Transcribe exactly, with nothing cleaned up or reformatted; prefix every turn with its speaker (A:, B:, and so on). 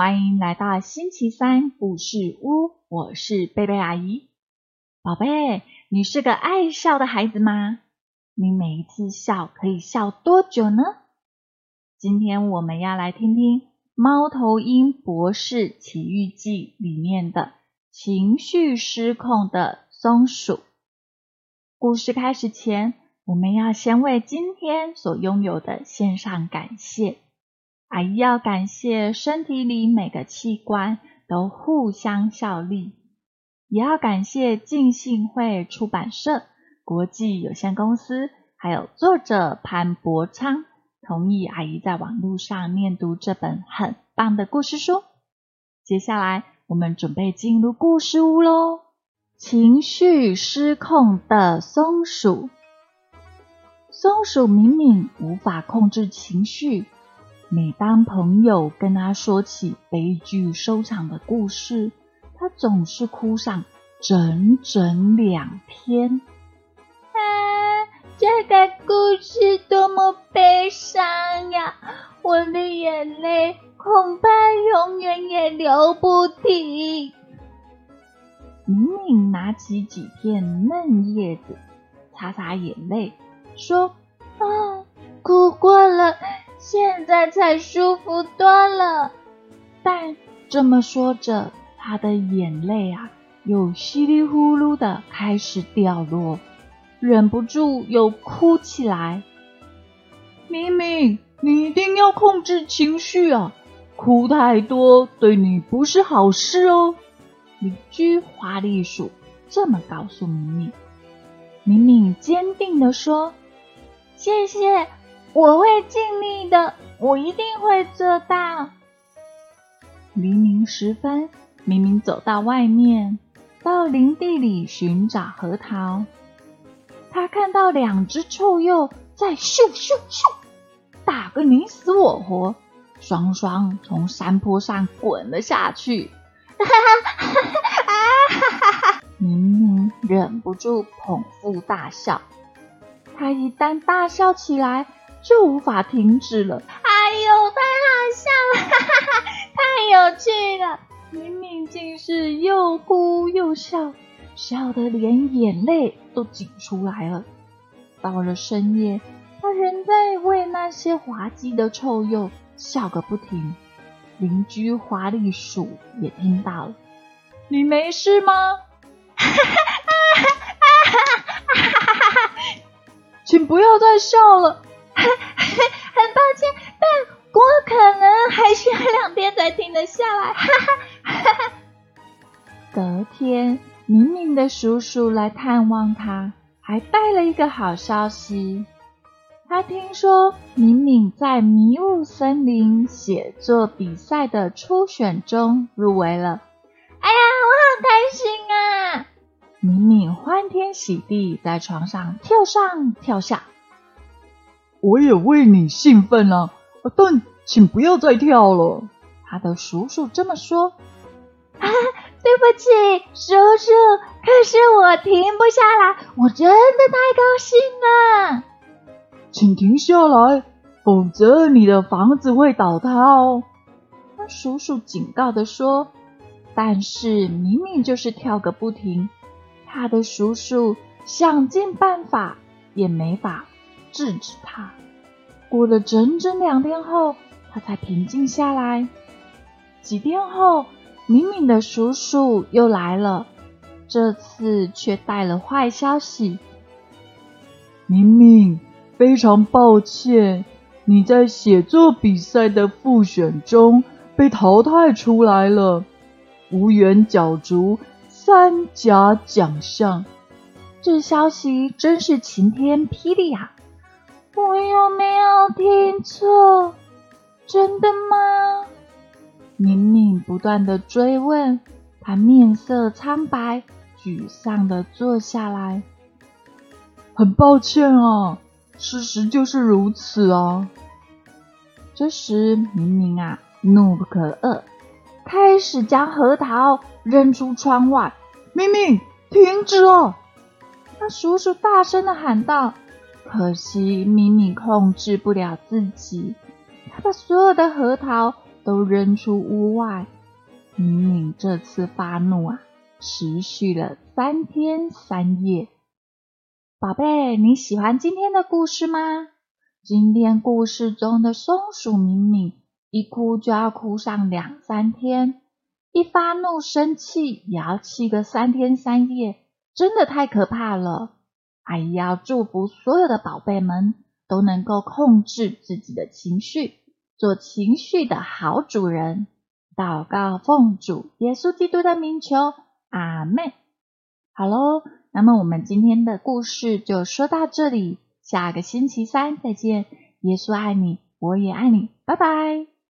A: 欢迎来到星期三故事屋，我是贝贝阿姨。宝贝，你是个爱笑的孩子吗？你每一次笑可以笑多久呢？今天我们要来听听《猫头鹰博士奇遇记》里面的情绪失控的松鼠。故事开始前，我们要先为今天所拥有的献上感谢。阿姨要感谢身体里每个器官都互相效力，也要感谢浸信会出版社国际有限公司，还有作者潘伯昌同意阿姨在网络上念读这本很棒的故事书。接下来我们准备进入故事屋咯。情绪失控的松鼠。松鼠明明无法控制情绪，每当朋友跟他说起悲剧收场的故事，他总是哭上整整两天。
B: 啊，这个故事多么悲伤呀！我的眼泪恐怕永远也流不停。
A: 明明拿起几片嫩叶子擦擦眼泪，说：
B: 啊，哭过了，现在才舒服多了。
A: 但这么说着，他的眼泪啊，又稀里呼噜的开始掉落，忍不住又哭起来。明明，你一定要控制情绪啊，哭太多对你不是好事哦。邻居花栗鼠这么告诉明明。明明坚定地说：
B: 谢谢，我会尽力的，我一定会做到。
A: 黎明时分，明明走到外面，到林地里寻找核桃。他看到两只臭鼬在咻咻咻打个你死我活，双双从山坡上滚了下去。明明忍不住捧腹大笑，他一旦大笑起来就无法停止了。
B: 哎呦，太好笑了，哈哈哈，太有趣了！
A: 明明竟是又哭又笑，笑得连眼泪都挤出来了。到了深夜，他仍在为那些滑稽的臭鼬笑个不停。邻居花栗鼠也听到了。你没事吗？请不要再笑了。
B: 很抱歉，但我可能还需要两天才停得下来。
A: 隔天，明明的叔叔来探望他，还带了一个好消息。他听说明明在迷雾森林写作比赛的初选中入围了。
B: 哎呀，我好开心啊！
A: 明明欢天喜地在床上跳上跳下。我也为你兴奋啊，但请不要再跳了。他的叔叔这么说。
B: 啊，对不起，叔叔，可是我停不下来，我真的太高兴了。
A: 请停下来，否则你的房子会倒塌哦。他叔叔警告地说。但是明明就是跳个不停，他的叔叔想尽办法也没法制止他。过了整整两天后，他才平静下来。几天后，明明的叔叔又来了，这次却带了坏消息。明明，非常抱歉，你在写作比赛的复选中被淘汰出来了，无缘角逐三甲奖项。这消息真是晴天霹雳啊！
B: 我有没有听错？真的吗？
A: 明明不断的追问，他面色苍白，沮丧的坐下来。很抱歉啊，事实就是如此啊。这时明明啊，怒不可遏，开始将核桃扔出窗外。明明，停止啊！他叔叔大声的喊道。可惜明明控制不了自己，他把所有的核桃都扔出屋外。明明这次发怒啊，持续了三天三夜。宝贝，你喜欢今天的故事吗？今天故事中的松鼠明明一哭就要哭上两三天，一发怒生气也要气个三天三夜，真的太可怕了。阿姨要祝福所有的宝贝们都能够控制自己的情绪，做情绪的好主人。祷告奉主耶稣基督的名求，阿们。好咯，那么我们今天的故事就说到这里，下个星期三再见。耶稣爱你，我也爱你，拜拜。